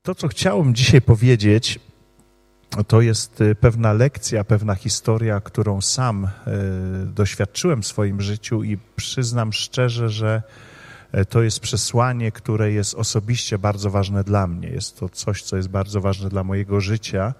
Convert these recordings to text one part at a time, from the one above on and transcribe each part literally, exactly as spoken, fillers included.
To, co chciałbym dzisiaj powiedzieć, to jest pewna lekcja, pewna historia, którą sam doświadczyłem w swoim życiu i przyznam szczerze, że to jest przesłanie, które jest osobiście bardzo ważne dla mnie. Jest to coś, co jest bardzo ważne dla mojego życia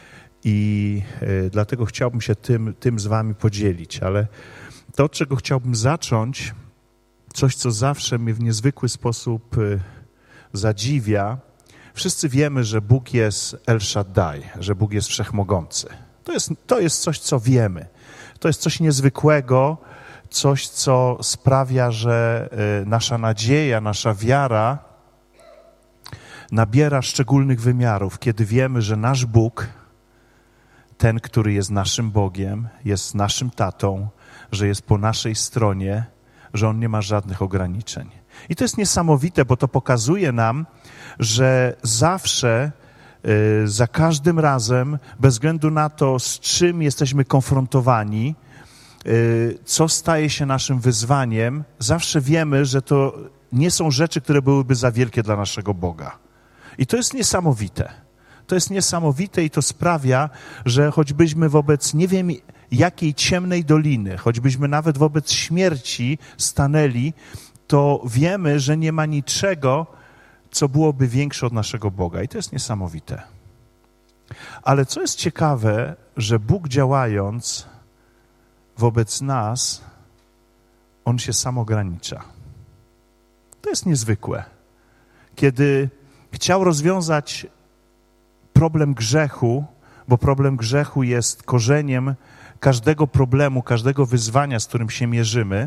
i dlatego chciałbym się tym, tym z wami podzielić. Ale to, od czego chciałbym zacząć, coś, co zawsze mnie w niezwykły sposób zadziwia. Wszyscy wiemy, że Bóg jest El Shaddai, że Bóg jest wszechmogący. To jest, to jest coś, co wiemy. To jest coś niezwykłego, coś, co sprawia, że nasza nadzieja, nasza wiara nabiera szczególnych wymiarów, kiedy wiemy, że nasz Bóg, ten, który jest naszym Bogiem, jest naszym tatą, że jest po naszej stronie, że On nie ma żadnych ograniczeń. I to jest niesamowite, bo to pokazuje nam, że zawsze, za każdym razem, bez względu na to, z czym jesteśmy konfrontowani, co staje się naszym wyzwaniem, zawsze wiemy, że to nie są rzeczy, które byłyby za wielkie dla naszego Boga. I to jest niesamowite. To jest niesamowite i to sprawia, że choćbyśmy wobec nie wiem jakiej ciemnej doliny, choćbyśmy nawet wobec śmierci stanęli, to wiemy, że nie ma niczego, co byłoby większe od naszego Boga. I to jest niesamowite. Ale co jest ciekawe, że Bóg działając wobec nas, On się sam ogranicza. To jest niezwykłe. Kiedy chciał rozwiązać problem grzechu, bo problem grzechu jest korzeniem każdego problemu, każdego wyzwania, z którym się mierzymy,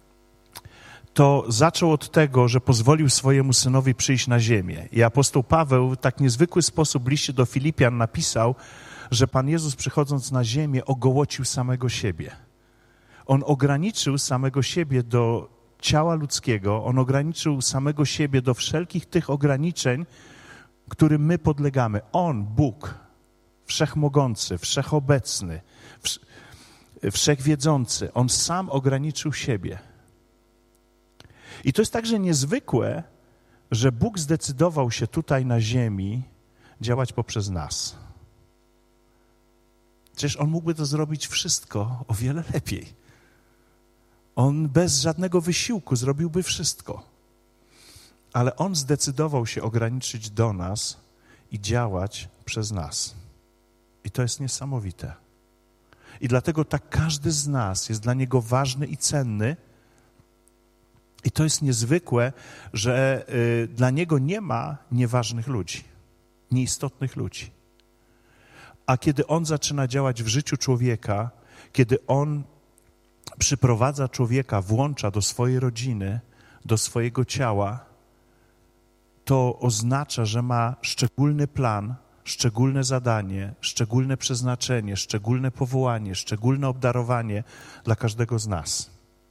to zaczął od tego, że pozwolił swojemu Synowi przyjść na ziemię. I apostoł Paweł w tak niezwykły sposób w liście do Filipian napisał, że Pan Jezus przychodząc na ziemię ogołocił samego siebie. On ograniczył samego siebie do ciała ludzkiego, On ograniczył samego siebie do wszelkich tych ograniczeń, którym my podlegamy. On, Bóg, wszechmogący, wszechobecny, wszechwiedzący, On sam ograniczył siebie. I to jest także niezwykłe, że Bóg zdecydował się tutaj na ziemi działać poprzez nas. Przecież On mógłby to zrobić wszystko o wiele lepiej. On bez żadnego wysiłku zrobiłby wszystko. Ale On zdecydował się ograniczyć do nas i działać przez nas. I to jest niesamowite. I dlatego tak każdy z nas jest dla Niego ważny i cenny. I to jest niezwykłe, że y, dla Niego nie ma nieważnych ludzi, nieistotnych ludzi. A kiedy On zaczyna działać w życiu człowieka, kiedy On przyprowadza człowieka, włącza do swojej rodziny, do swojego ciała, to oznacza, że ma szczególny plan, szczególne zadanie, szczególne przeznaczenie, szczególne powołanie, szczególne obdarowanie dla każdego z nas.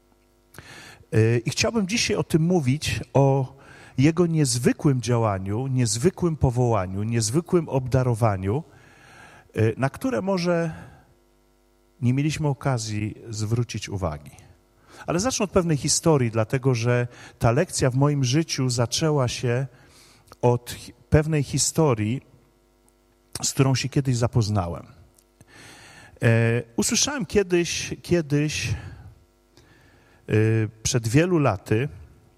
I chciałbym dzisiaj o tym mówić, o Jego niezwykłym działaniu, niezwykłym powołaniu, niezwykłym obdarowaniu, na które może nie mieliśmy okazji zwrócić uwagi. Ale zacznę od pewnej historii, dlatego że ta lekcja w moim życiu zaczęła się od pewnej historii, z którą się kiedyś zapoznałem. Usłyszałem kiedyś, kiedyś przed wielu laty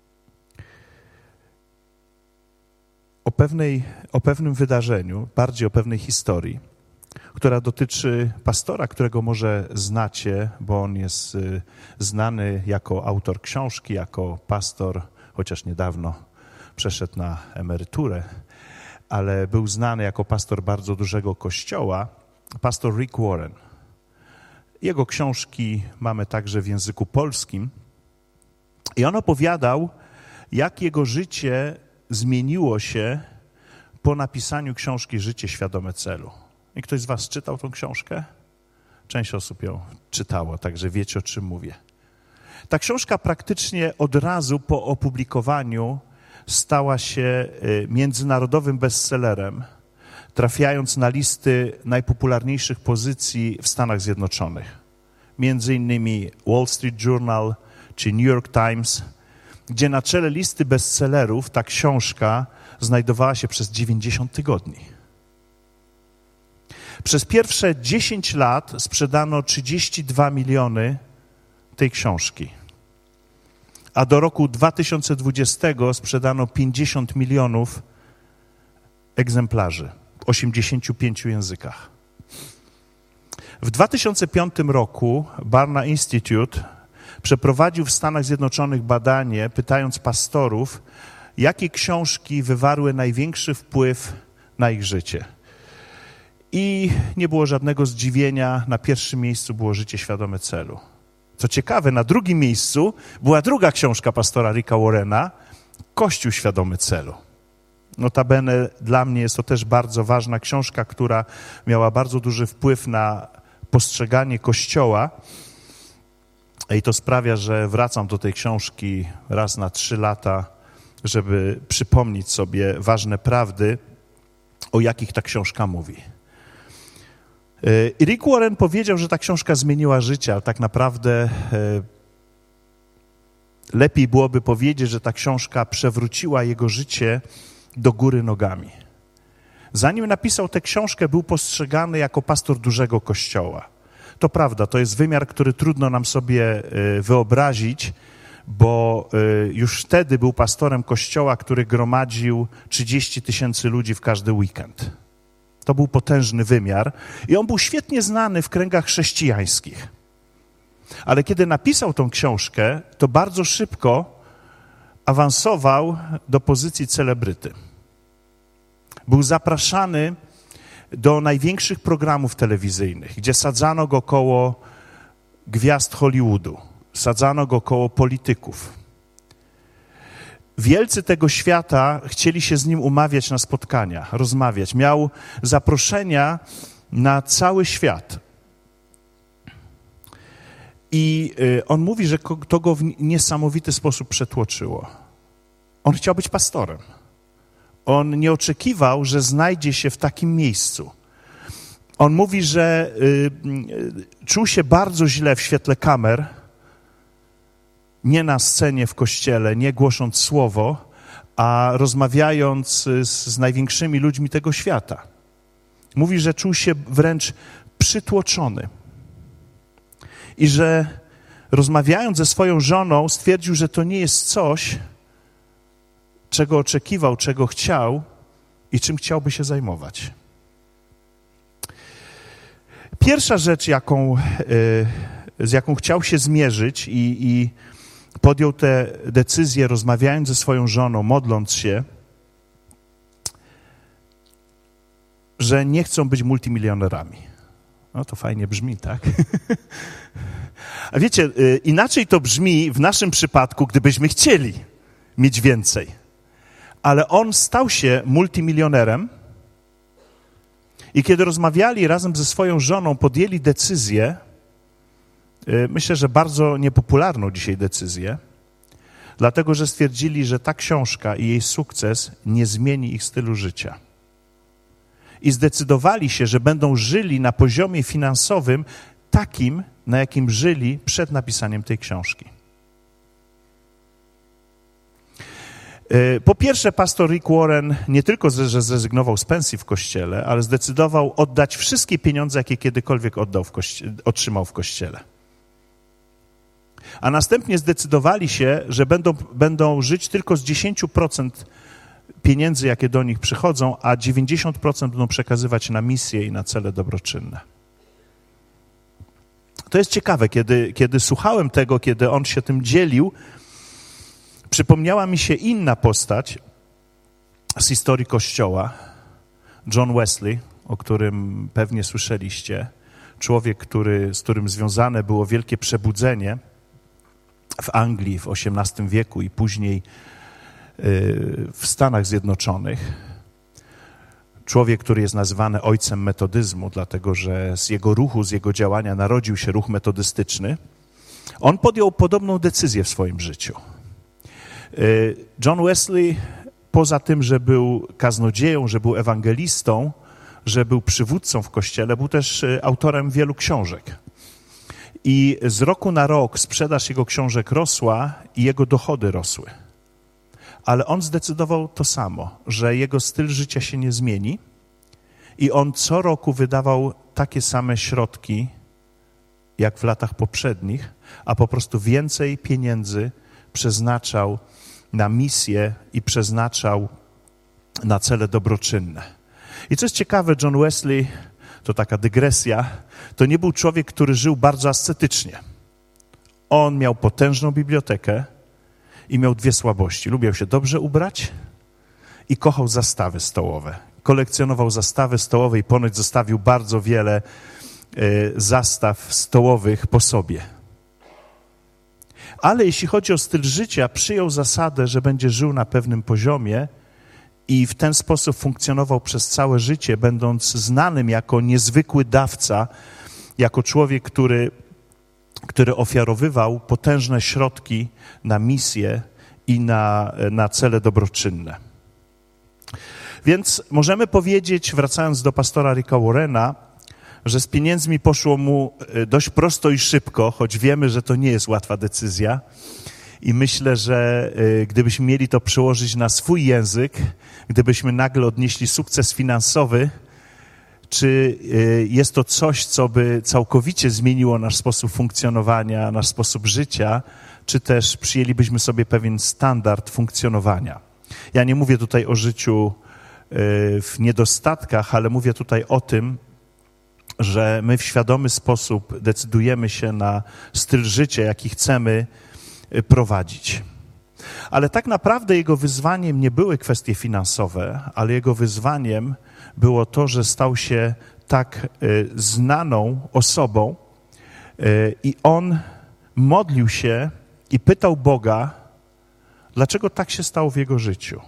o, pewnej, o pewnym wydarzeniu, bardziej o pewnej historii, która dotyczy pastora, którego może znacie, bo on jest znany jako autor książki, jako pastor, chociaż niedawno przeszedł na emeryturę, ale był znany jako pastor bardzo dużego kościoła, pastor Rick Warren. Jego książki mamy także w języku polskim i on opowiadał, jak jego życie zmieniło się po napisaniu książki Życie świadome celu. I ktoś z was czytał tą książkę? Część osób ją czytało, także wiecie, o czym mówię. Ta książka praktycznie od razu po opublikowaniu stała się międzynarodowym bestsellerem, trafiając na listy najpopularniejszych pozycji w Stanach Zjednoczonych. Między innymi Wall Street Journal czy New York Times, gdzie na czele listy bestsellerów ta książka znajdowała się przez dziewięćdziesiąt tygodni. Przez pierwsze dziesięć lat sprzedano trzydzieści dwa miliony tej książki, a do roku dwa tysiące dwudziestego sprzedano pięćdziesiąt milionów egzemplarzy w osiemdziesięciu pięciu językach. W dwa tysiące piątym roku Barna Institute przeprowadził w Stanach Zjednoczonych badanie, pytając pastorów, jakie książki wywarły największy wpływ na ich życie. I nie było żadnego zdziwienia, na pierwszym miejscu było Życie świadome celu. Co ciekawe, na drugim miejscu była druga książka pastora Ricka Warrena, Kościół świadomy celu. Notabene dla mnie jest to też bardzo ważna książka, która miała bardzo duży wpływ na postrzeganie Kościoła. I to sprawia, że wracam do tej książki raz na trzy lata, żeby przypomnieć sobie ważne prawdy, o jakich ta książka mówi. I Rick Warren powiedział, że ta książka zmieniła życie, ale tak naprawdę lepiej byłoby powiedzieć, że ta książka przewróciła jego życie do góry nogami. Zanim napisał tę książkę, był postrzegany jako pastor dużego kościoła. To prawda, to jest wymiar, który trudno nam sobie wyobrazić, bo już wtedy był pastorem kościoła, który gromadził trzydzieści tysięcy ludzi w każdy weekend. To był potężny wymiar i on był świetnie znany w kręgach chrześcijańskich. Ale kiedy napisał tą książkę, to bardzo szybko awansował do pozycji celebryty. Był zapraszany do największych programów telewizyjnych, gdzie sadzano go koło gwiazd Hollywoodu, sadzano go koło polityków. Wielcy tego świata chcieli się z nim umawiać na spotkania, rozmawiać. Miał zaproszenia na cały świat. I on mówi, że to go w niesamowity sposób przetłoczyło. On chciał być pastorem. On nie oczekiwał, że znajdzie się w takim miejscu. On mówi, że y, y, czuł się bardzo źle w świetle kamer, nie na scenie w kościele, nie głosząc słowo, a rozmawiając z, z największymi ludźmi tego świata. Mówi, że czuł się wręcz przytłoczony. I że rozmawiając ze swoją żoną stwierdził, że to nie jest coś, czego oczekiwał, czego chciał i czym chciałby się zajmować. Pierwsza rzecz, jaką, z jaką chciał się zmierzyć i, i podjął tę decyzję, rozmawiając ze swoją żoną, modląc się, że nie chcą być multimilionerami. No to fajnie brzmi, tak? A wiecie, inaczej to brzmi w naszym przypadku, gdybyśmy chcieli mieć więcej. Ale on stał się multimilionerem i kiedy rozmawiali razem ze swoją żoną, podjęli decyzję, myślę, że bardzo niepopularną dzisiaj decyzję, dlatego że stwierdzili, że ta książka i jej sukces nie zmieni ich stylu życia. I zdecydowali się, że będą żyli na poziomie finansowym takim, na jakim żyli przed napisaniem tej książki. Po pierwsze, pastor Rick Warren nie tylko, że zrezygnował z pensji w kościele, ale zdecydował oddać wszystkie pieniądze, jakie kiedykolwiek oddał w kości- otrzymał w kościele. A następnie zdecydowali się, że będą, będą żyć tylko z dziesięć procent pieniędzy, jakie do nich przychodzą, a dziewięćdziesiąt procent będą przekazywać na misje i na cele dobroczynne. To jest ciekawe, kiedy, kiedy słuchałem tego, kiedy on się tym dzielił, przypomniała mi się inna postać z historii Kościoła, John Wesley, o którym pewnie słyszeliście. Człowiek, który, z którym związane było wielkie przebudzenie w Anglii w osiemnastym wieku i później w Stanach Zjednoczonych. Człowiek, który jest nazywany ojcem metodyzmu, dlatego że z jego ruchu, z jego działania narodził się ruch metodystyczny. On podjął podobną decyzję w swoim życiu. John Wesley, poza tym, że był kaznodzieją, że był ewangelistą, że był przywódcą w Kościele, był też autorem wielu książek. I z roku na rok sprzedaż jego książek rosła i jego dochody rosły. ale on zdecydował to samo, że jego styl życia się nie zmieni i on co roku wydawał takie same środki, jak w latach poprzednich, a po prostu więcej pieniędzy przeznaczał na misję i przeznaczał na cele dobroczynne. I co jest ciekawe, John Wesley, to taka dygresja, to nie był człowiek, który żył bardzo ascetycznie. On miał potężną bibliotekę i miał dwie słabości. Lubiał się dobrze ubrać i kochał zastawy stołowe. Kolekcjonował zastawy stołowe i ponoć zostawił bardzo wiele y, zastaw stołowych po sobie. Ale jeśli chodzi o styl życia, przyjął zasadę, że będzie żył na pewnym poziomie i w ten sposób funkcjonował przez całe życie, będąc znanym jako niezwykły dawca, jako człowiek, który, który ofiarowywał potężne środki na misję i na, na cele dobroczynne. Więc możemy powiedzieć, wracając do pastora Ricka Warrena, że z pieniędzmi poszło mu dość prosto i szybko, choć wiemy, że to nie jest łatwa decyzja. I myślę, że gdybyśmy mieli to przełożyć na swój język, gdybyśmy nagle odnieśli sukces finansowy, czy jest to coś, co by całkowicie zmieniło nasz sposób funkcjonowania, nasz sposób życia, czy też przyjęlibyśmy sobie pewien standard funkcjonowania. Ja nie mówię tutaj o życiu w niedostatkach, ale mówię tutaj o tym, że my w świadomy sposób decydujemy się na styl życia, jaki chcemy prowadzić. Ale tak naprawdę jego wyzwaniem nie były kwestie finansowe, ale jego wyzwaniem było to, że stał się tak znaną osobą i on modlił się i pytał Boga, dlaczego tak się stało w jego życiu.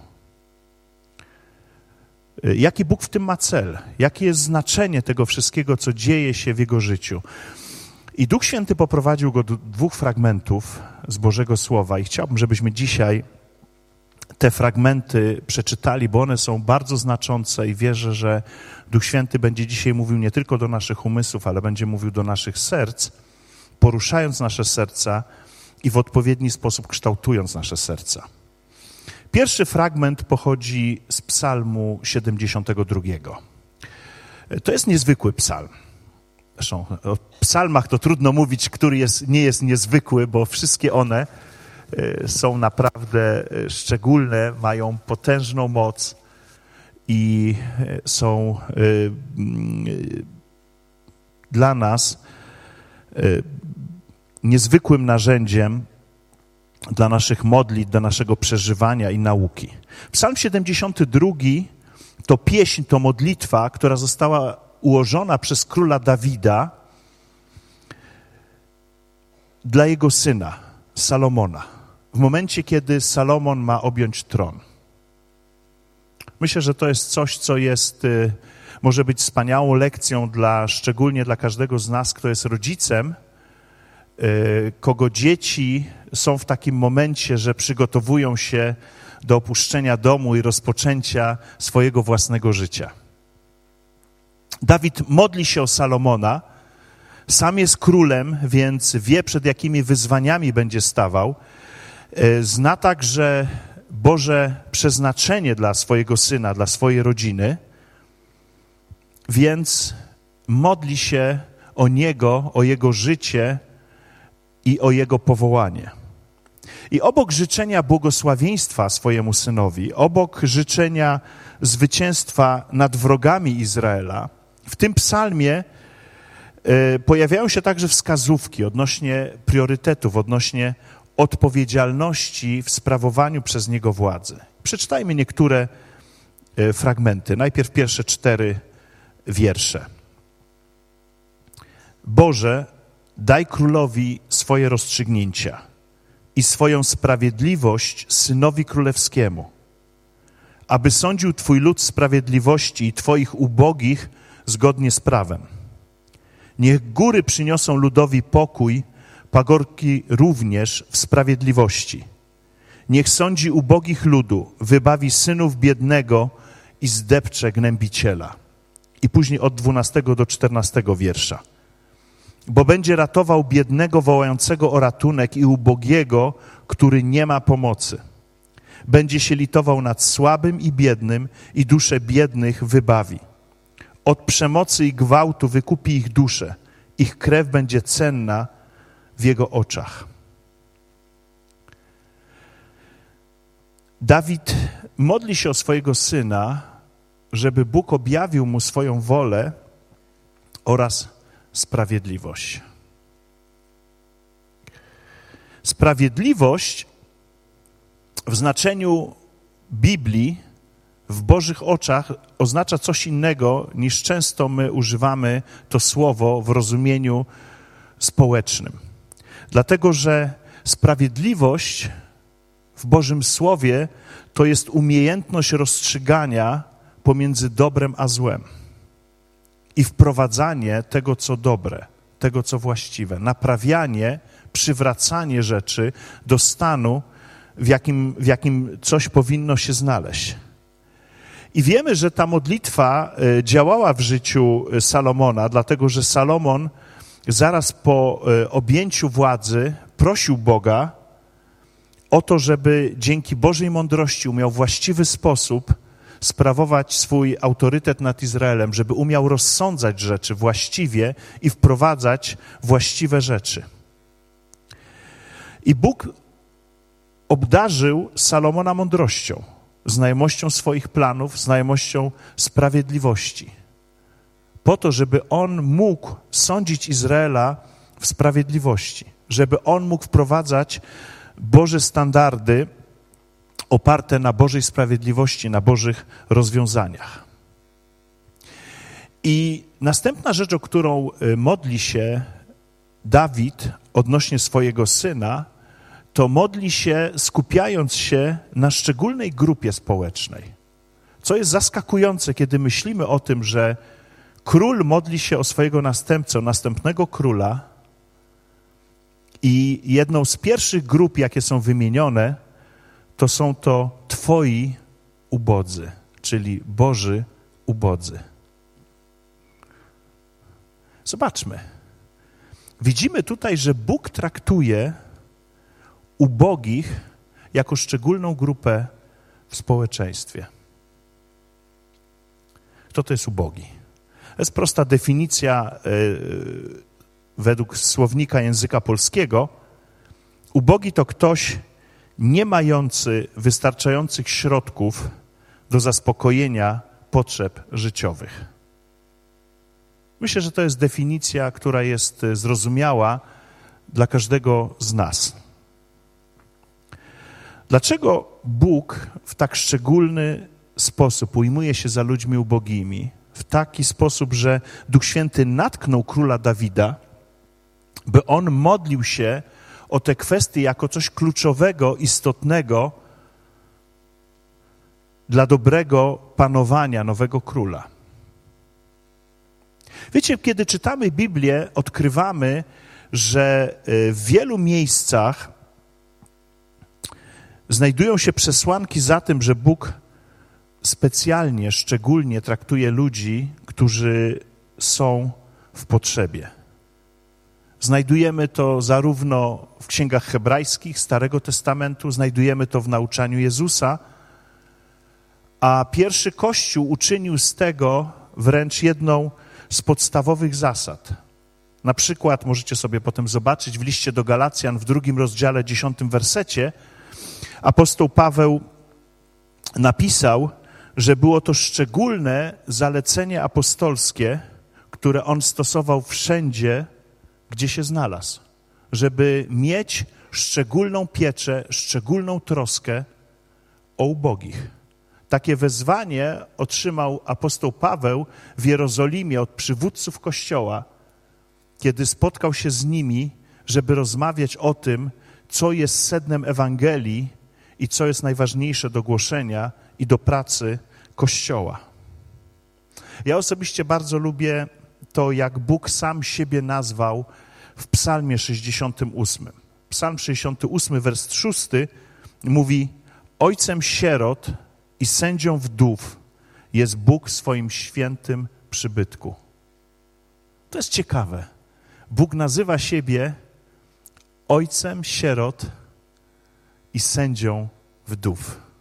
Jaki Bóg w tym ma cel? Jakie jest znaczenie tego wszystkiego, co dzieje się w jego życiu? I Duch Święty poprowadził go do dwóch fragmentów z Bożego Słowa i chciałbym, żebyśmy dzisiaj te fragmenty przeczytali, bo one są bardzo znaczące i wierzę, że Duch Święty będzie dzisiaj mówił nie tylko do naszych umysłów, ale będzie mówił do naszych serc, poruszając nasze serca i w odpowiedni sposób kształtując nasze serca. Pierwszy fragment pochodzi z psalmu siedemdziesiątego drugiego. To jest niezwykły psalm. Zresztą o psalmach to trudno mówić, który jest, nie jest niezwykły, bo wszystkie one są naprawdę szczególne, mają potężną moc i są dla nas niezwykłym narzędziem dla naszych modlitw, dla naszego przeżywania i nauki. Psalm siedemdziesiąty drugi to pieśń, to modlitwa, która została ułożona przez króla Dawida dla jego syna, Salomona, w momencie, kiedy Salomon ma objąć tron. Myślę, że to jest coś, co jest, może być wspaniałą lekcją dla, szczególnie dla każdego z nas, kto jest rodzicem, kogo dzieci są w takim momencie, że przygotowują się do opuszczenia domu i rozpoczęcia swojego własnego życia. Dawid modli się o Salomona, sam jest królem, więc wie, przed jakimi wyzwaniami będzie stawał. Zna także Boże przeznaczenie dla swojego syna, dla swojej rodziny, więc modli się o niego, o jego życie i o jego powołanie. I obok życzenia błogosławieństwa swojemu synowi, obok życzenia zwycięstwa nad wrogami Izraela, w tym psalmie y, pojawiają się także wskazówki odnośnie priorytetów, odnośnie odpowiedzialności w sprawowaniu przez niego władzy. Przeczytajmy niektóre y, fragmenty. Najpierw pierwsze cztery wiersze. Boże, daj królowi swoje rozstrzygnięcia i swoją sprawiedliwość synowi królewskiemu, aby sądził Twój lud sprawiedliwości i Twoich ubogich zgodnie z prawem. Niech góry przyniosą ludowi pokój, pagórki również w sprawiedliwości. Niech sądzi ubogich ludu, wybawi synów biednego i zdepcze gnębiciela. I później od dwunastego do czternastego wiersza. Bo będzie ratował biednego wołającego o ratunek i ubogiego, który nie ma pomocy. Będzie się litował nad słabym i biednym i dusze biednych wybawi. Od przemocy i gwałtu wykupi ich duszę. Ich krew będzie cenna w Jego oczach. Dawid modli się o swojego syna, żeby Bóg objawił mu swoją wolę oraz sprawiedliwość. Sprawiedliwość w znaczeniu Biblii w Bożych oczach oznacza coś innego, niż często my używamy to słowo w rozumieniu społecznym. Dlatego, że sprawiedliwość w Bożym Słowie to jest umiejętność rozstrzygania pomiędzy dobrem a złem i wprowadzanie tego, co dobre, tego, co właściwe, naprawianie, przywracanie rzeczy do stanu, w jakim, w jakim coś powinno się znaleźć. I wiemy, że ta modlitwa działała w życiu Salomona, dlatego że Salomon zaraz po objęciu władzy prosił Boga o to, żeby dzięki Bożej mądrości umiał w właściwy sposób sprawować swój autorytet nad Izraelem, żeby umiał rozsądzać rzeczy właściwie i wprowadzać właściwe rzeczy. I Bóg obdarzył Salomona mądrością, znajomością swoich planów, znajomością sprawiedliwości, po to, żeby on mógł sądzić Izraela w sprawiedliwości, żeby on mógł wprowadzać Boże standardy oparte na Bożej sprawiedliwości, na Bożych rozwiązaniach. I następna rzecz, o którą modli się Dawid odnośnie swojego syna, to modli się skupiając się na szczególnej grupie społecznej. Co jest zaskakujące, kiedy myślimy o tym, że król modli się o swojego następcę, o następnego króla i jedną z pierwszych grup, jakie są wymienione, to są to Twoi ubodzy, czyli Boży ubodzy. Zobaczmy. Widzimy tutaj, że Bóg traktuje ubogich jako szczególną grupę w społeczeństwie. Kto to jest ubogi? To jest prosta definicja yy, według słownika języka polskiego. Ubogi to ktoś nie mający wystarczających środków do zaspokojenia potrzeb życiowych. Myślę, że to jest definicja, która jest zrozumiała dla każdego z nas. Dlaczego Bóg w tak szczególny sposób ujmuje się za ludźmi ubogimi? W taki sposób, że Duch Święty natknął króla Dawida, by on modlił się o te kwestie jako coś kluczowego, istotnego dla dobrego panowania nowego króla. Wiecie, kiedy czytamy Biblię, odkrywamy, że w wielu miejscach znajdują się przesłanki za tym, że Bóg specjalnie, szczególnie traktuje ludzi, którzy są w potrzebie. Znajdujemy to zarówno w księgach hebrajskich Starego Testamentu, znajdujemy to w nauczaniu Jezusa, a pierwszy Kościół uczynił z tego wręcz jedną z podstawowych zasad. Na przykład możecie sobie potem zobaczyć w liście do Galacjan w drugim rozdziale, dziesiątym wersecie, apostoł Paweł napisał, że było to szczególne zalecenie apostolskie, które on stosował wszędzie, gdzie się znalazł, żeby mieć szczególną pieczę, szczególną troskę o ubogich. Takie wezwanie otrzymał apostoł Paweł w Jerozolimie od przywódców Kościoła, kiedy spotkał się z nimi, żeby rozmawiać o tym, co jest sednem Ewangelii i co jest najważniejsze do głoszenia i do pracy Kościoła. Ja osobiście bardzo lubię to, jak Bóg sam siebie nazwał w Psalmie sześćdziesiątym ósmym. Psalm sześćdziesiąty ósmy, wers szósty mówi: Ojcem sierot i sędzią wdów jest Bóg w swoim świętym przybytku. To jest ciekawe. Bóg nazywa siebie Ojcem sierot i sędzią wdów.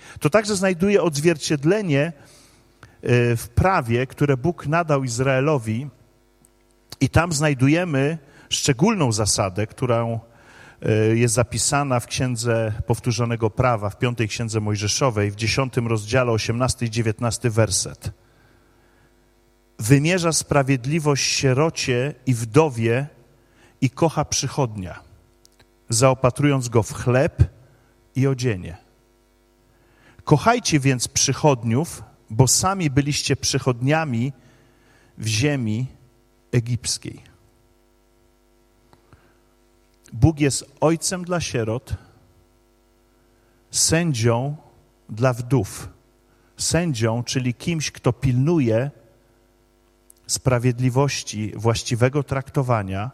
To także znajduje odzwierciedlenie w prawie, które Bóg nadał Izraelowi, i tam znajdujemy szczególną zasadę, którą jest zapisana w Księdze Powtórzonego Prawa, w piątej Księdze Mojżeszowej, w dziesiątym rozdziale, osiemnasty i dziewiętnasty werset. Wymierza sprawiedliwość sierocie i wdowie i kocha przychodnia, zaopatrując go w chleb i odzienie. Kochajcie więc przychodniów, bo sami byliście przychodniami w ziemi egipskiej. Bóg jest ojcem dla sierot, sędzią dla wdów. Sędzią, czyli kimś, kto pilnuje sprawiedliwości, właściwego traktowania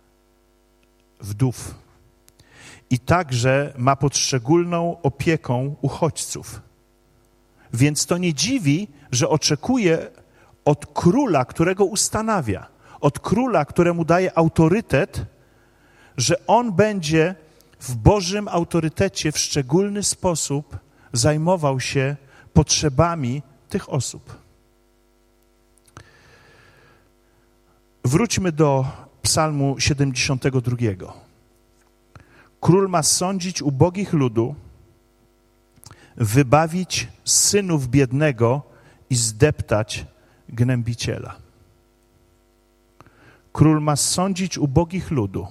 wdów. I także ma pod szczególną opieką uchodźców. Więc to nie dziwi, że oczekuje od króla, którego ustanawia, od króla, któremu daje autorytet, że on będzie w Bożym autorytecie w szczególny sposób zajmował się potrzebami tych osób. Wróćmy do Psalmu siedemdziesiątego drugiego. Król ma sądzić ubogich ludu, wybawić synów biednego i zdeptać gnębiciela. Król ma sądzić ubogich ludu,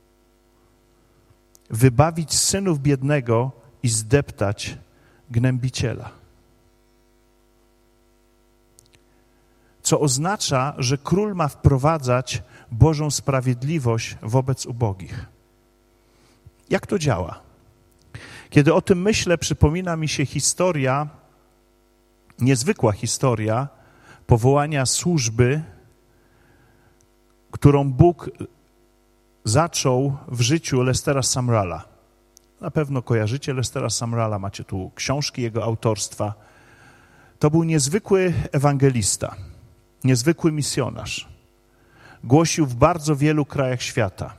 wybawić synów biednego i zdeptać gnębiciela. Co oznacza, że król ma wprowadzać Bożą sprawiedliwość wobec ubogich. Jak to działa? Kiedy o tym myślę, przypomina mi się historia, niezwykła historia powołania służby, którą Bóg zaczął w życiu Lestera Sumralla. Na pewno kojarzycie Lestera Sumralla, macie tu książki jego autorstwa. To był niezwykły ewangelista, niezwykły misjonarz. Głosił w bardzo wielu krajach świata.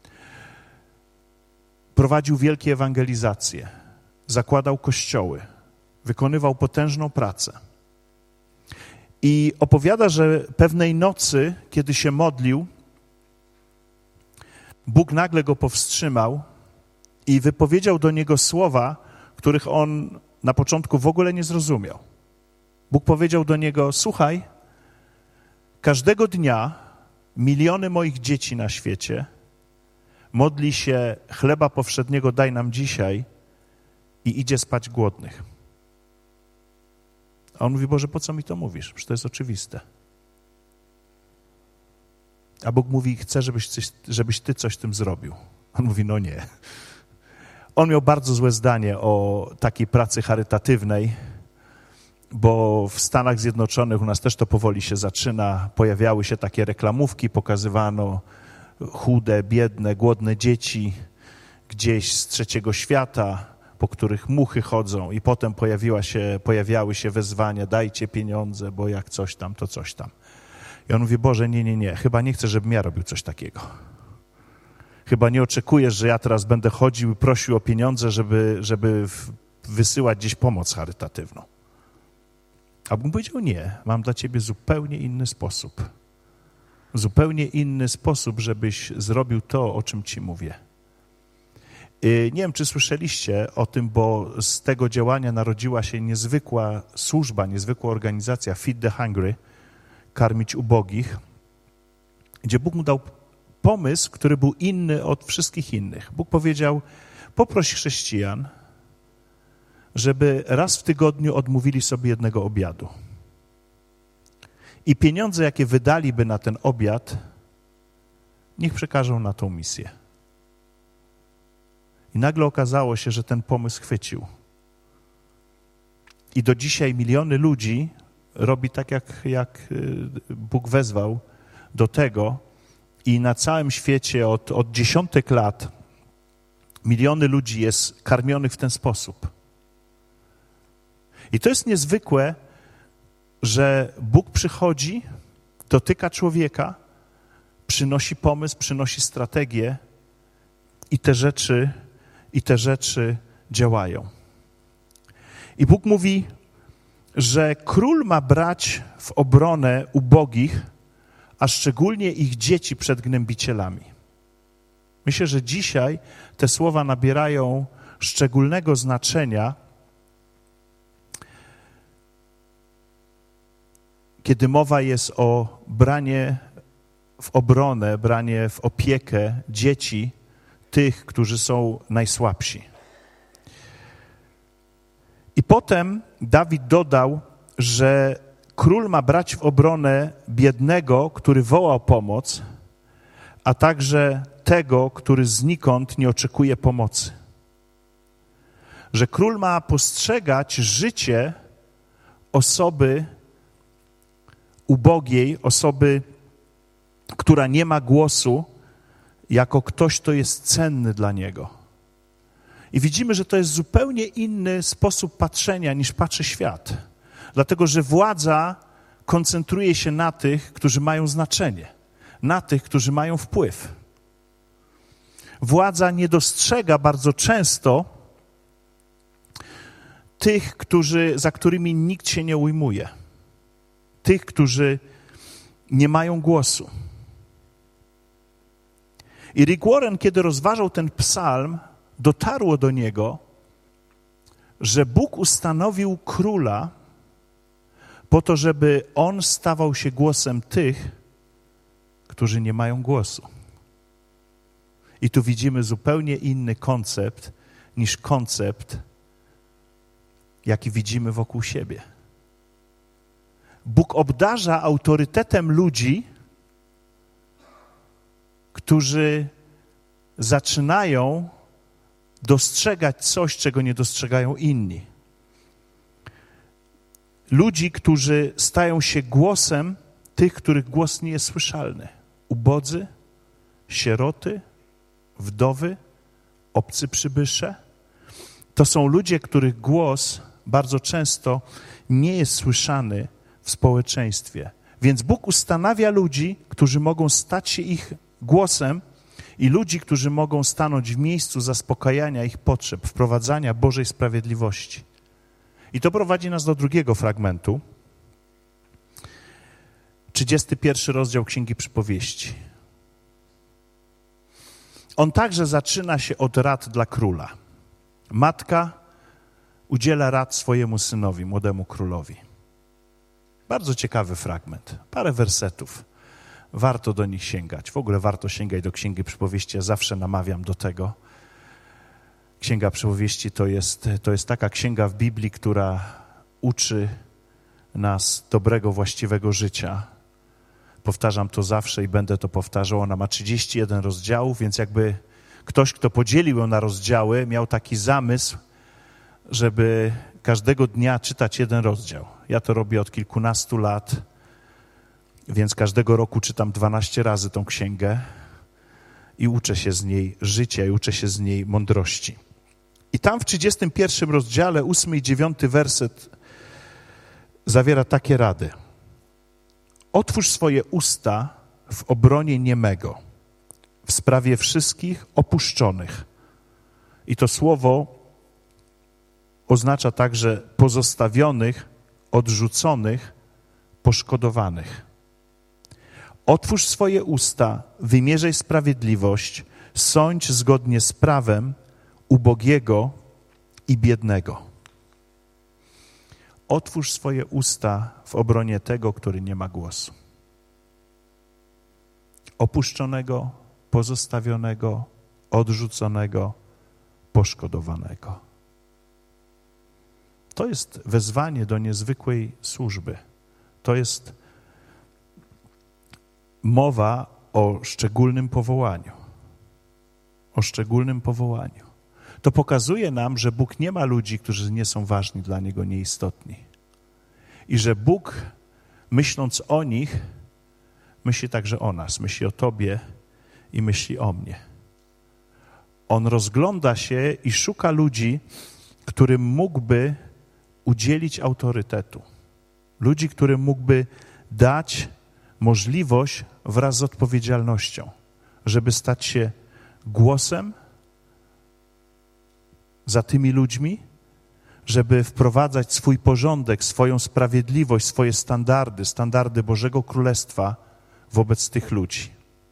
Prowadził wielkie ewangelizacje, zakładał kościoły, wykonywał potężną pracę. I opowiada, że pewnej nocy, kiedy się modlił, Bóg nagle go powstrzymał i wypowiedział do niego słowa, których on na początku w ogóle nie zrozumiał. Bóg powiedział do niego: słuchaj, każdego dnia miliony moich dzieci na świecie modli się: chleba powszedniego daj nam dzisiaj, i idzie spać głodnych. A on mówi: Boże, po co mi to mówisz? Przecież to jest oczywiste. A Bóg mówi: chcę, żebyś, coś, żebyś ty coś z tym zrobił. On mówi: no nie. On miał bardzo złe zdanie o takiej pracy charytatywnej, bo w Stanach Zjednoczonych, u nas też to powoli się zaczyna, pojawiały się takie reklamówki, pokazywano chude, biedne, głodne dzieci gdzieś z trzeciego świata, po których muchy chodzą, i potem pojawiła się, pojawiały się wezwania: dajcie pieniądze, bo jak coś tam, to coś tam. I on mówi: Boże, nie, nie, nie, chyba nie chcę, żebym ja robił coś takiego. Chyba nie oczekujesz, że ja teraz będę chodził i prosił o pieniądze, żeby, żeby wysyłać gdzieś pomoc charytatywną. A Bóg powiedział: nie, mam dla ciebie zupełnie inny sposób. Zupełnie inny sposób, żebyś zrobił to, o czym ci mówię. Nie wiem, czy słyszeliście o tym, bo z tego działania narodziła się niezwykła służba, niezwykła organizacja Feed the Hungry, karmić ubogich, gdzie Bóg mu dał pomysł, który był inny od wszystkich innych. Bóg powiedział: poproś chrześcijan, żeby raz w tygodniu odmówili sobie jednego obiadu. I pieniądze, jakie wydaliby na ten obiad, niech przekażą na tą misję. I nagle okazało się, że ten pomysł chwycił. I do dzisiaj miliony ludzi robi tak, jak, jak Bóg wezwał do tego. I na całym świecie od, od dziesiątek lat miliony ludzi jest karmionych w ten sposób. I to jest niezwykłe, że Bóg przychodzi, dotyka człowieka, przynosi pomysł, przynosi strategię i te rzeczy, i te rzeczy działają. I Bóg mówi, że król ma brać w obronę ubogich, a szczególnie ich dzieci przed gnębicielami. Myślę, że dzisiaj te słowa nabierają szczególnego znaczenia, kiedy mowa jest o branie w obronę, branie w opiekę dzieci tych, którzy są najsłabsi. I potem Dawid dodał, że król ma brać w obronę biednego, który woła o pomoc, a także tego, który znikąd nie oczekuje pomocy. Że król ma postrzegać życie osoby ubogiej, osoby, która nie ma głosu, jako ktoś, kto jest cenny dla niego. I widzimy, że to jest zupełnie inny sposób patrzenia, niż patrzy świat. Dlatego, że władza koncentruje się na tych, którzy mają znaczenie, na tych, którzy mają wpływ. Władza nie dostrzega bardzo często tych, którzy, za którymi nikt się nie ujmuje. Tych, którzy nie mają głosu. I Rick Warren, kiedy rozważał ten psalm, dotarło do niego, że Bóg ustanowił króla po to, żeby on stawał się głosem tych, którzy nie mają głosu. I tu widzimy zupełnie inny koncept niż koncept, jaki widzimy wokół siebie. Bóg obdarza autorytetem ludzi, którzy zaczynają dostrzegać coś, czego nie dostrzegają inni. Ludzi, którzy stają się głosem tych, których głos nie jest słyszalny. Ubodzy, sieroty, wdowy, obcy przybysze. To są ludzie, których głos bardzo często nie jest słyszany w społeczeństwie. Więc Bóg ustanawia ludzi, którzy mogą stać się ich głosem i ludzi, którzy mogą stanąć w miejscu zaspokajania ich potrzeb, wprowadzania Bożej sprawiedliwości. I to prowadzi nas do drugiego fragmentu. trzydziesty pierwszy rozdział Księgi Przypowieści. On także zaczyna się od rad dla króla. Matka udziela rad swojemu synowi, młodemu królowi. Bardzo ciekawy fragment, parę wersetów. Warto do nich sięgać. W ogóle warto sięgać do Księgi Przypowieści. Ja zawsze namawiam do tego. Księga Przypowieści to jest, to jest taka księga w Biblii, która uczy nas dobrego, właściwego życia. Powtarzam to zawsze i będę to powtarzał. Ona ma trzydzieści jeden rozdziałów, więc jakby ktoś, kto podzielił ją na rozdziały, miał taki zamysł, żeby każdego dnia czytać jeden rozdział. Ja to robię od kilkunastu lat, więc każdego roku czytam dwanaście razy tą księgę i uczę się z niej życia i uczę się z niej mądrości. I tam w trzydziestym pierwszym rozdziale, ósmy i dziewiąty werset zawiera takie rady. Otwórz swoje usta w obronie niemego, w sprawie wszystkich opuszczonych. I to słowo oznacza także pozostawionych, odrzuconych, poszkodowanych. Otwórz swoje usta, wymierzaj sprawiedliwość, sądź zgodnie z prawem ubogiego i biednego. Otwórz swoje usta w obronie tego, który nie ma głosu. Opuszczonego, pozostawionego, odrzuconego, poszkodowanego. To jest wezwanie do niezwykłej służby. To jest mowa o szczególnym powołaniu. O szczególnym powołaniu. To pokazuje nam, że Bóg nie ma ludzi, którzy nie są ważni dla Niego, nieistotni. I że Bóg, myśląc o nich, myśli także o nas, myśli o Tobie i myśli o mnie. On rozgląda się i szuka ludzi, którym mógłby udzielić autorytetu. Ludzi, którym mógłby dać możliwość wraz z odpowiedzialnością, żeby stać się głosem za tymi ludźmi, żeby wprowadzać swój porządek, swoją sprawiedliwość, swoje standardy, standardy Bożego Królestwa wobec tych ludzi.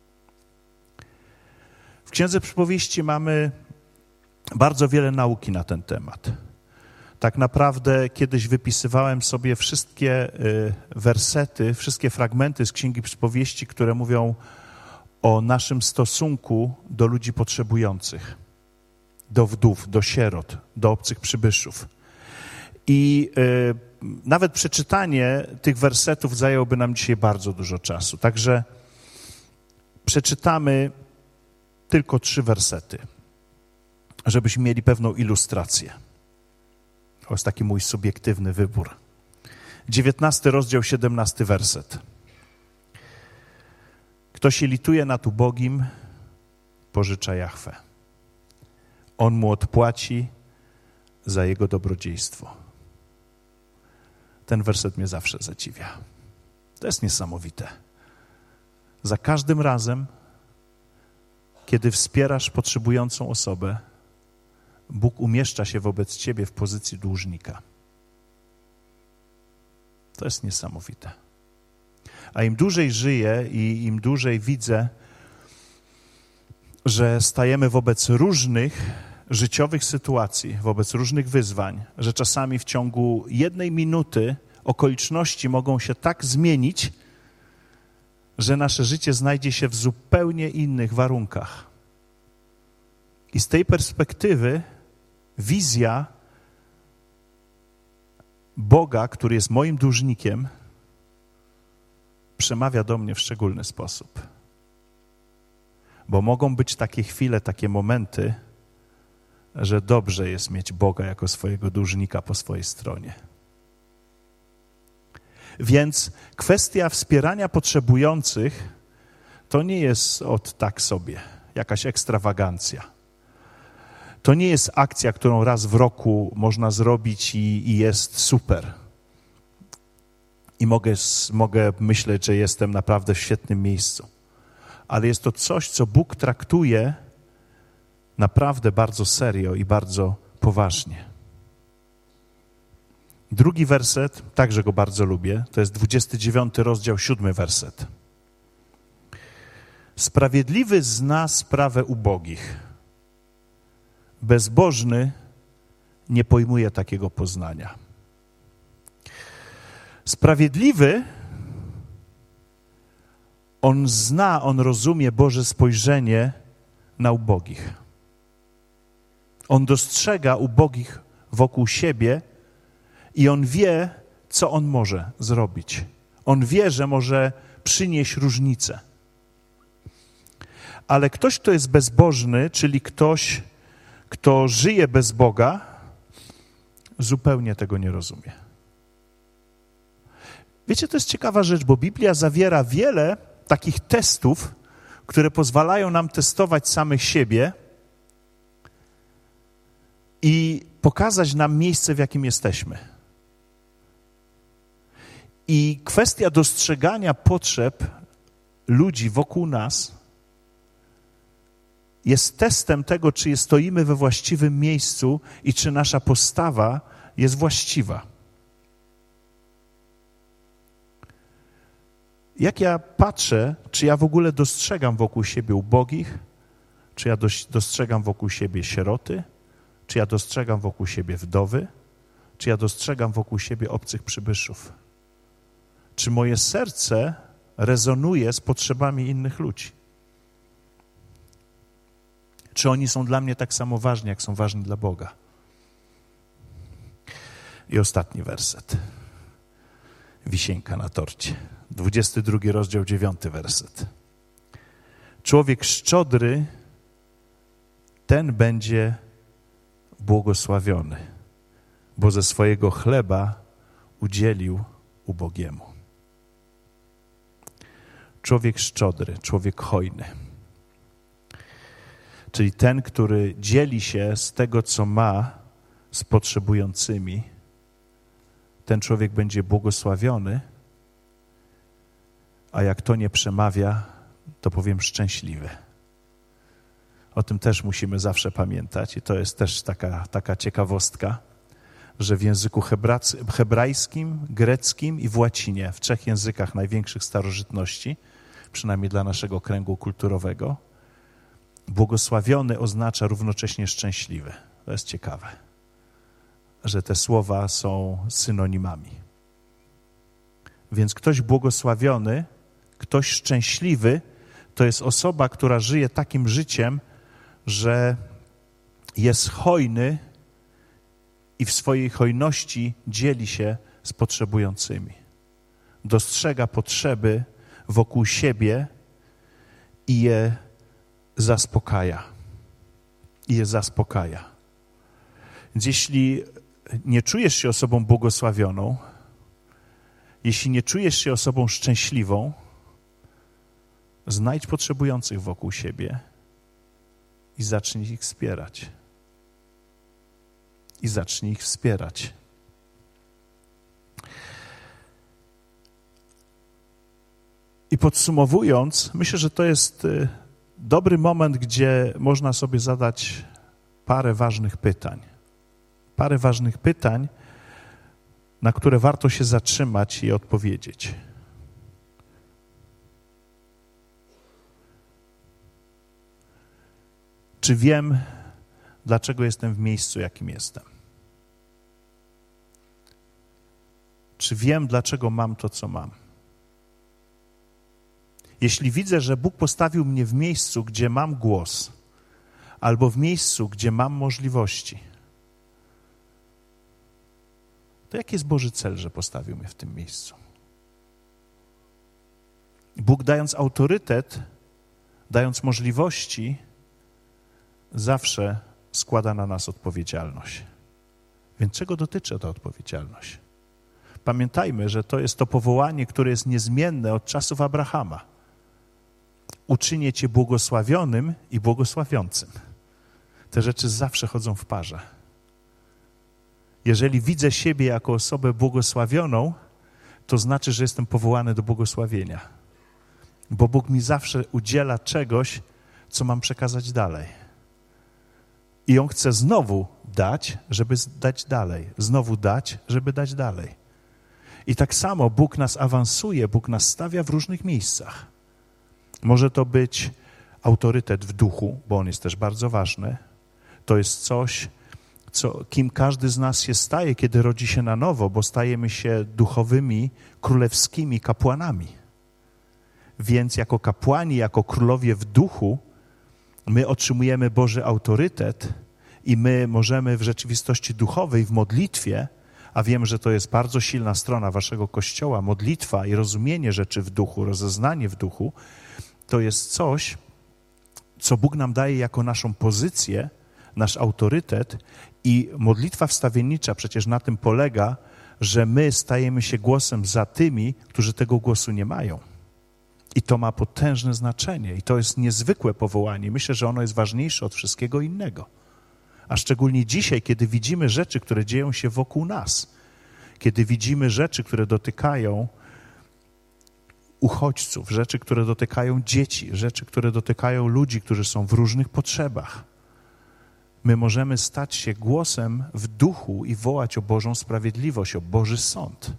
W Księdze Przypowieści mamy bardzo wiele nauki na ten temat. Tak naprawdę kiedyś wypisywałem sobie wszystkie wersety, wszystkie fragmenty z Księgi Przypowieści, które mówią o naszym stosunku do ludzi potrzebujących, do wdów, do sierot, do obcych przybyszów. I y, nawet przeczytanie tych wersetów zajęłoby nam dzisiaj bardzo dużo czasu. Także przeczytamy tylko trzy wersety, żebyśmy mieli pewną ilustrację. To jest taki mój subiektywny wybór. dziewiętnasty rozdział, siedemnasty werset. Kto się lituje nad ubogim, pożycza Jahwe. On mu odpłaci za jego dobrodziejstwo. Ten werset mnie zawsze zadziwia. To jest niesamowite. Za każdym razem, kiedy wspierasz potrzebującą osobę, Bóg umieszcza się wobec ciebie w pozycji dłużnika. To jest niesamowite. A im dłużej żyję i im dłużej widzę, że stajemy wobec różnych życiowych sytuacji, wobec różnych wyzwań, że czasami w ciągu jednej minuty okoliczności mogą się tak zmienić, że nasze życie znajdzie się w zupełnie innych warunkach. I z tej perspektywy wizja Boga, który jest moim dłużnikiem, przemawia do mnie w szczególny sposób. Bo mogą być takie chwile, takie momenty, że dobrze jest mieć Boga jako swojego dłużnika po swojej stronie. Więc kwestia wspierania potrzebujących to nie jest od tak sobie, jakaś ekstrawagancja. To nie jest akcja, którą raz w roku można zrobić i, i jest super. I mogę, mogę myśleć, że jestem naprawdę w świetnym miejscu. Ale jest to coś, co Bóg traktuje naprawdę bardzo serio i bardzo poważnie. Drugi werset, także go bardzo lubię, to jest dwudziesty dziewiąty rozdział, siódmy werset. Sprawiedliwy zna sprawę ubogich. Bezbożny nie pojmuje takiego poznania. Sprawiedliwy, on zna, on rozumie Boże spojrzenie na ubogich. On dostrzega ubogich wokół siebie i on wie, co on może zrobić. On wie, że może przynieść różnicę. Ale ktoś, kto jest bezbożny, czyli ktoś, kto żyje bez Boga, zupełnie tego nie rozumie. Wiecie, to jest ciekawa rzecz, bo Biblia zawiera wiele takich testów, które pozwalają nam testować samych siebie i pokazać nam miejsce, w jakim jesteśmy. I kwestia dostrzegania potrzeb ludzi wokół nas jest testem tego, czy stoimy we właściwym miejscu i czy nasza postawa jest właściwa. Jak ja patrzę, czy ja w ogóle dostrzegam wokół siebie ubogich, czy ja dostrzegam wokół siebie sieroty, czy ja dostrzegam wokół siebie wdowy, czy ja dostrzegam wokół siebie obcych przybyszów. Czy moje serce rezonuje z potrzebami innych ludzi? Czy oni są dla mnie tak samo ważni, jak są ważni dla Boga? I ostatni werset. Wisienka na torcie. dwudziesty drugi rozdział, dziewiąty werset. Człowiek szczodry, ten będzie błogosławiony, bo ze swojego chleba udzielił ubogiemu. Człowiek szczodry, człowiek hojny. Czyli ten, który dzieli się z tego, co ma, z potrzebującymi, ten człowiek będzie błogosławiony, a jak to nie przemawia, to powiem szczęśliwy. O tym też musimy zawsze pamiętać i to jest też taka, taka ciekawostka. że w języku hebracy, hebrajskim, greckim i w łacinie, w trzech językach największych starożytności, przynajmniej dla naszego kręgu kulturowego, błogosławiony oznacza równocześnie szczęśliwy. To jest ciekawe, że te słowa są synonimami. Więc ktoś błogosławiony, ktoś szczęśliwy, to jest osoba, która żyje takim życiem, że jest hojny i w swojej hojności dzieli się z potrzebującymi. Dostrzega potrzeby wokół siebie i je zaspokaja. I je zaspokaja. Więc jeśli nie czujesz się osobą błogosławioną, jeśli nie czujesz się osobą szczęśliwą, znajdź potrzebujących wokół siebie i zacznij ich wspierać. I zacznij ich wspierać. I podsumowując, myślę, że to jest dobry moment, gdzie można sobie zadać parę ważnych pytań. Parę ważnych pytań, na które warto się zatrzymać i odpowiedzieć. Czy wiem, dlaczego jestem w miejscu, jakim jestem? Czy wiem, dlaczego mam to, co mam? Jeśli widzę, że Bóg postawił mnie w miejscu, gdzie mam głos, albo w miejscu, gdzie mam możliwości, to jaki jest Boży cel, że postawił mnie w tym miejscu? Bóg, dając autorytet, dając możliwości, zawsze składa na nas odpowiedzialność. Więc czego dotyczy ta odpowiedzialność? Pamiętajmy, że to jest to powołanie, które jest niezmienne od czasów Abrahama. Uczynię cię błogosławionym i błogosławiącym. Te rzeczy zawsze chodzą w parze. Jeżeli widzę siebie jako osobę błogosławioną, to znaczy, że jestem powołany do błogosławienia. Bo Bóg mi zawsze udziela czegoś, co mam przekazać dalej. I On chce znowu dać, żeby dać dalej. Znowu dać, żeby dać dalej. I tak samo Bóg nas awansuje, Bóg nas stawia w różnych miejscach. Może to być autorytet w duchu, bo on jest też bardzo ważny. To jest coś, co, kim każdy z nas się staje, kiedy rodzi się na nowo, bo stajemy się duchowymi, królewskimi kapłanami. Więc jako kapłani, jako królowie w duchu, my otrzymujemy Boży autorytet i my możemy w rzeczywistości duchowej, w modlitwie, a wiem, że to jest bardzo silna strona waszego Kościoła, modlitwa i rozumienie rzeczy w duchu, rozeznanie w duchu, to jest coś, co Bóg nam daje jako naszą pozycję, nasz autorytet i modlitwa wstawiennicza przecież na tym polega, że my stajemy się głosem za tymi, którzy tego głosu nie mają. I to ma potężne znaczenie i to jest niezwykłe powołanie. Myślę, że ono jest ważniejsze od wszystkiego innego. A szczególnie dzisiaj, kiedy widzimy rzeczy, które dzieją się wokół nas, kiedy widzimy rzeczy, które dotykają uchodźców, rzeczy, które dotykają dzieci, rzeczy, które dotykają ludzi, którzy są w różnych potrzebach. My możemy stać się głosem w duchu i wołać o Bożą sprawiedliwość, o Boży sąd.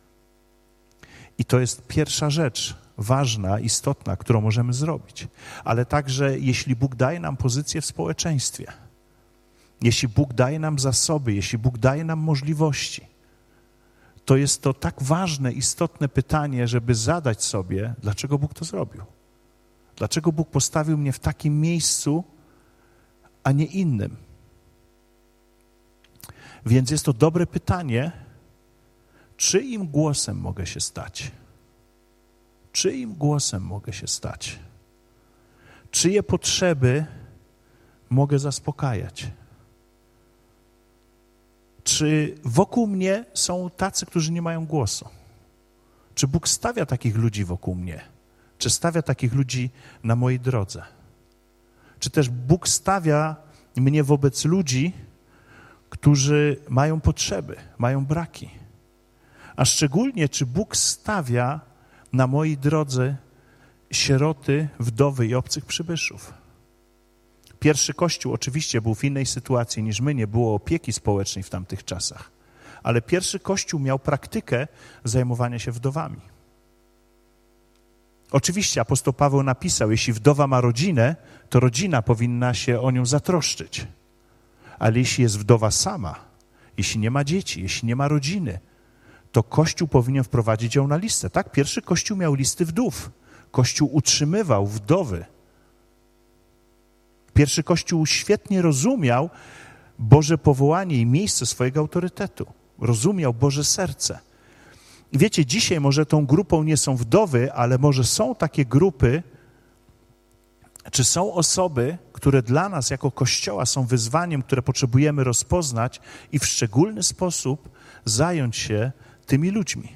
I to jest pierwsza rzecz, ważna, istotna, którą możemy zrobić. Ale także, jeśli Bóg daje nam pozycję w społeczeństwie, jeśli Bóg daje nam zasoby, jeśli Bóg daje nam możliwości, to jest to tak ważne, istotne pytanie, żeby zadać sobie, dlaczego Bóg to zrobił. Dlaczego Bóg postawił mnie w takim miejscu, a nie innym. Więc jest to dobre pytanie, czyim głosem mogę się stać? Czyim głosem mogę się stać? Czyje potrzeby mogę zaspokajać? Czy wokół mnie są tacy, którzy nie mają głosu? Czy Bóg stawia takich ludzi wokół mnie? Czy stawia takich ludzi na mojej drodze? Czy też Bóg stawia mnie wobec ludzi, którzy mają potrzeby, mają braki? A szczególnie, czy Bóg stawia na mojej drodze sieroty, wdowy i obcych przybyszów? Pierwszy Kościół oczywiście był w innej sytuacji niż my, nie było opieki społecznej w tamtych czasach. ale pierwszy Kościół miał praktykę zajmowania się wdowami. Oczywiście apostoł Paweł napisał, jeśli wdowa ma rodzinę, to rodzina powinna się o nią zatroszczyć. Ale jeśli jest wdowa sama, jeśli nie ma dzieci, jeśli nie ma rodziny, to Kościół powinien wprowadzić ją na listę. Tak, pierwszy Kościół miał listy wdów. Kościół utrzymywał wdowy. Pierwszy Kościół świetnie rozumiał Boże powołanie i miejsce swojego autorytetu. Rozumiał Boże serce. I wiecie, dzisiaj może tą grupą nie są wdowy, ale może są takie grupy, czy są osoby, które dla nas jako Kościoła są wyzwaniem, które potrzebujemy rozpoznać i w szczególny sposób zająć się tymi ludźmi.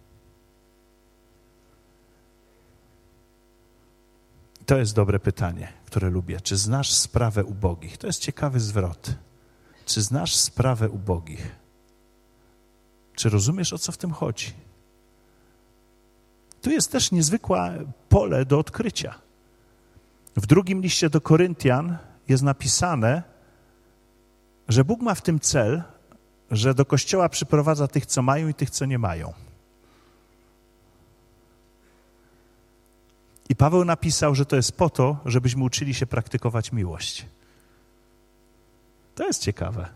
To jest dobre pytanie, które lubię. Czy znasz sprawę ubogich? To jest ciekawy zwrot. Czy znasz sprawę ubogich? Czy rozumiesz, o co w tym chodzi? Tu jest też niezwykłe pole do odkrycia. W drugim liście do Koryntian jest napisane, że Bóg ma w tym cel, że do Kościoła przyprowadza tych, co mają i tych, co nie mają. I Paweł napisał, że to jest po to, żebyśmy uczyli się praktykować miłość. To jest ciekawe.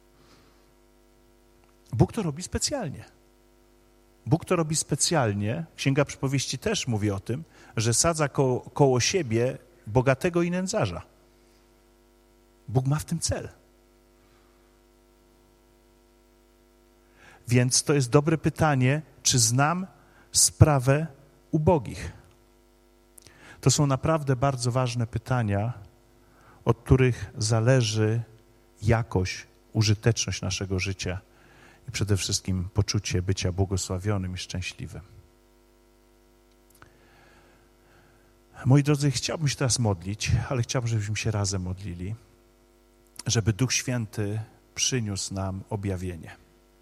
Bóg to robi specjalnie. Bóg to robi specjalnie. Księga Przypowieści też mówi o tym, że sadza koło, koło siebie bogatego i nędzarza. Bóg ma w tym cel. Więc to jest dobre pytanie, czy znam sprawę ubogich? To są naprawdę bardzo ważne pytania, od których zależy jakość, użyteczność naszego życia i przede wszystkim poczucie bycia błogosławionym i szczęśliwym. Moi drodzy, chciałbym się teraz modlić, ale chciałbym, żebyśmy się razem modlili, żeby Duch Święty przyniósł nam objawienie.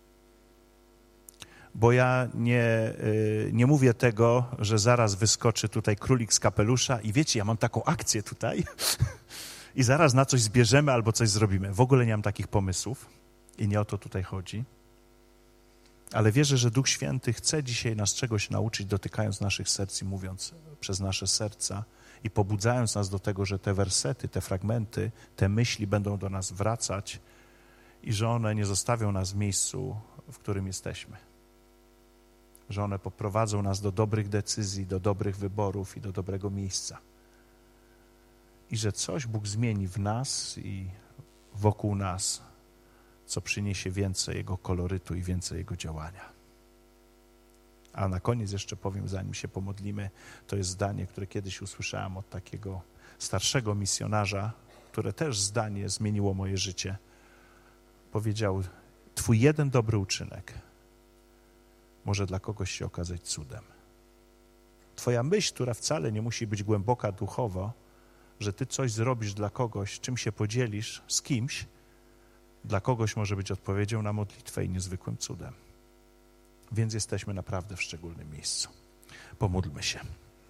Bo ja nie, nie mówię tego, że zaraz wyskoczy tutaj królik z kapelusza i wiecie, ja mam taką akcję tutaj i zaraz na coś zbierzemy albo coś zrobimy. W ogóle nie mam takich pomysłów i nie o to tutaj chodzi. Ale wierzę, że Duch Święty chce dzisiaj nas czegoś nauczyć, dotykając naszych serc i mówiąc przez nasze serca i pobudzając nas do tego, że te wersety, te fragmenty, te myśli będą do nas wracać i że one nie zostawią nas w miejscu, w którym jesteśmy. Że one poprowadzą nas do dobrych decyzji, do dobrych wyborów i do dobrego miejsca. I że coś Bóg zmieni w nas i wokół nas, co przyniesie więcej Jego kolorytu i więcej Jego działania. A na koniec jeszcze powiem, zanim się pomodlimy, to jest zdanie, które kiedyś usłyszałem od takiego starszego misjonarza, które też zdanie zmieniło moje życie. Powiedział, twój jeden dobry uczynek może dla kogoś się okazać cudem. Twoja myśl, która wcale nie musi być głęboka duchowo, że ty coś zrobisz dla kogoś, czym się podzielisz z kimś, dla kogoś może być odpowiedzią na modlitwę i niezwykłym cudem. Więc jesteśmy naprawdę w szczególnym miejscu. Pomódlmy się.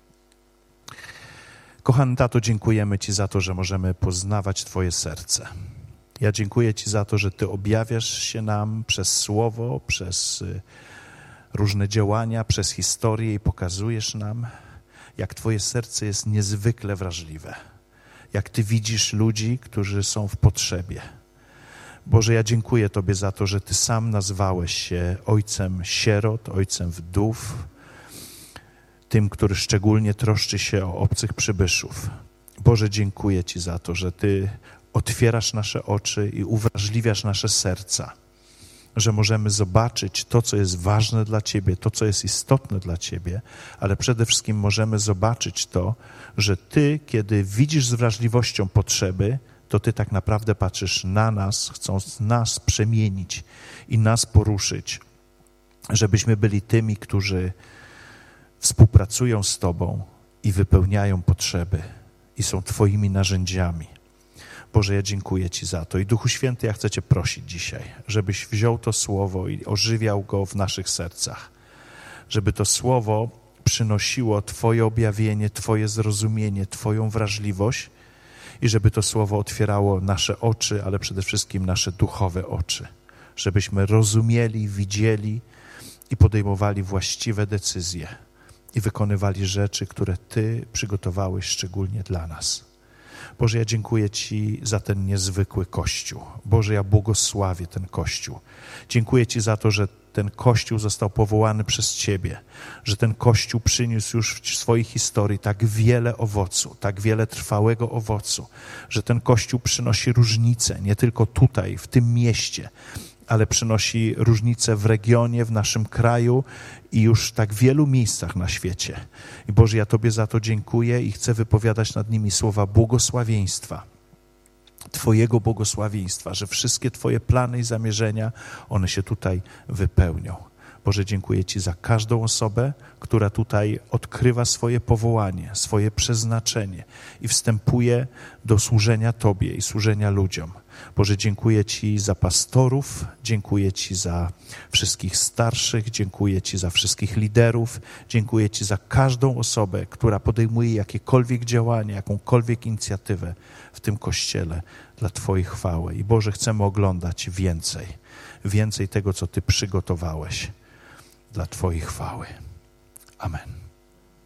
Kochany Tato, dziękujemy Ci za to, że możemy poznawać Twoje serce. Ja dziękuję Ci za to, że Ty objawiasz się nam przez słowo, przez różne działania, przez historię i pokazujesz nam, jak Twoje serce jest niezwykle wrażliwe. Jak Ty widzisz ludzi, którzy są w potrzebie. Boże, ja dziękuję Tobie za to, że Ty sam nazwałeś się ojcem sierot, ojcem wdów, tym, który szczególnie troszczy się o obcych przybyszów. Boże, dziękuję Ci za to, że Ty otwierasz nasze oczy i uwrażliwiasz nasze serca, że możemy zobaczyć to, co jest ważne dla Ciebie, to, co jest istotne dla Ciebie, ale przede wszystkim możemy zobaczyć to, że Ty, kiedy widzisz z wrażliwością potrzeby, to Ty tak naprawdę patrzysz na nas, chcąc nas przemienić i nas poruszyć, żebyśmy byli tymi, którzy współpracują z Tobą i wypełniają potrzeby i są Twoimi narzędziami. Boże, ja dziękuję Ci za to. I Duchu Święty, ja chcę Cię prosić dzisiaj, żebyś wziął to słowo i ożywiał go w naszych sercach. Żeby to słowo przynosiło Twoje objawienie, Twoje zrozumienie, Twoją wrażliwość i żeby to słowo otwierało nasze oczy, ale przede wszystkim nasze duchowe oczy. żebyśmy rozumieli, widzieli i podejmowali właściwe decyzje i wykonywali rzeczy, które Ty przygotowałeś szczególnie dla nas. Boże, ja dziękuję Ci za ten niezwykły Kościół. Boże, ja błogosławię ten Kościół. Dziękuję Ci za to, że ten Kościół został powołany przez Ciebie, że ten Kościół przyniósł już w swojej historii tak wiele owocu, tak wiele trwałego owocu, że ten Kościół przynosi różnice, nie tylko tutaj, w tym mieście, ale przynosi różnice w regionie, w naszym kraju i już w tak wielu miejscach na świecie. I Boże, ja Tobie za to dziękuję i chcę wypowiadać nad nimi słowa błogosławieństwa, Twojego błogosławieństwa, że wszystkie Twoje plany i zamierzenia, one się tutaj wypełnią. Boże, dziękuję Ci za każdą osobę, która tutaj odkrywa swoje powołanie, swoje przeznaczenie i wstępuje do służenia Tobie i służenia ludziom. Boże, dziękuję Ci za pastorów, dziękuję Ci za wszystkich starszych, dziękuję Ci za wszystkich liderów, dziękuję Ci za każdą osobę, która podejmuje jakiekolwiek działanie, jakąkolwiek inicjatywę w tym Kościele dla Twojej chwały. I Boże, chcemy oglądać więcej, więcej tego, co Ty przygotowałeś dla Twojej chwały. Amen.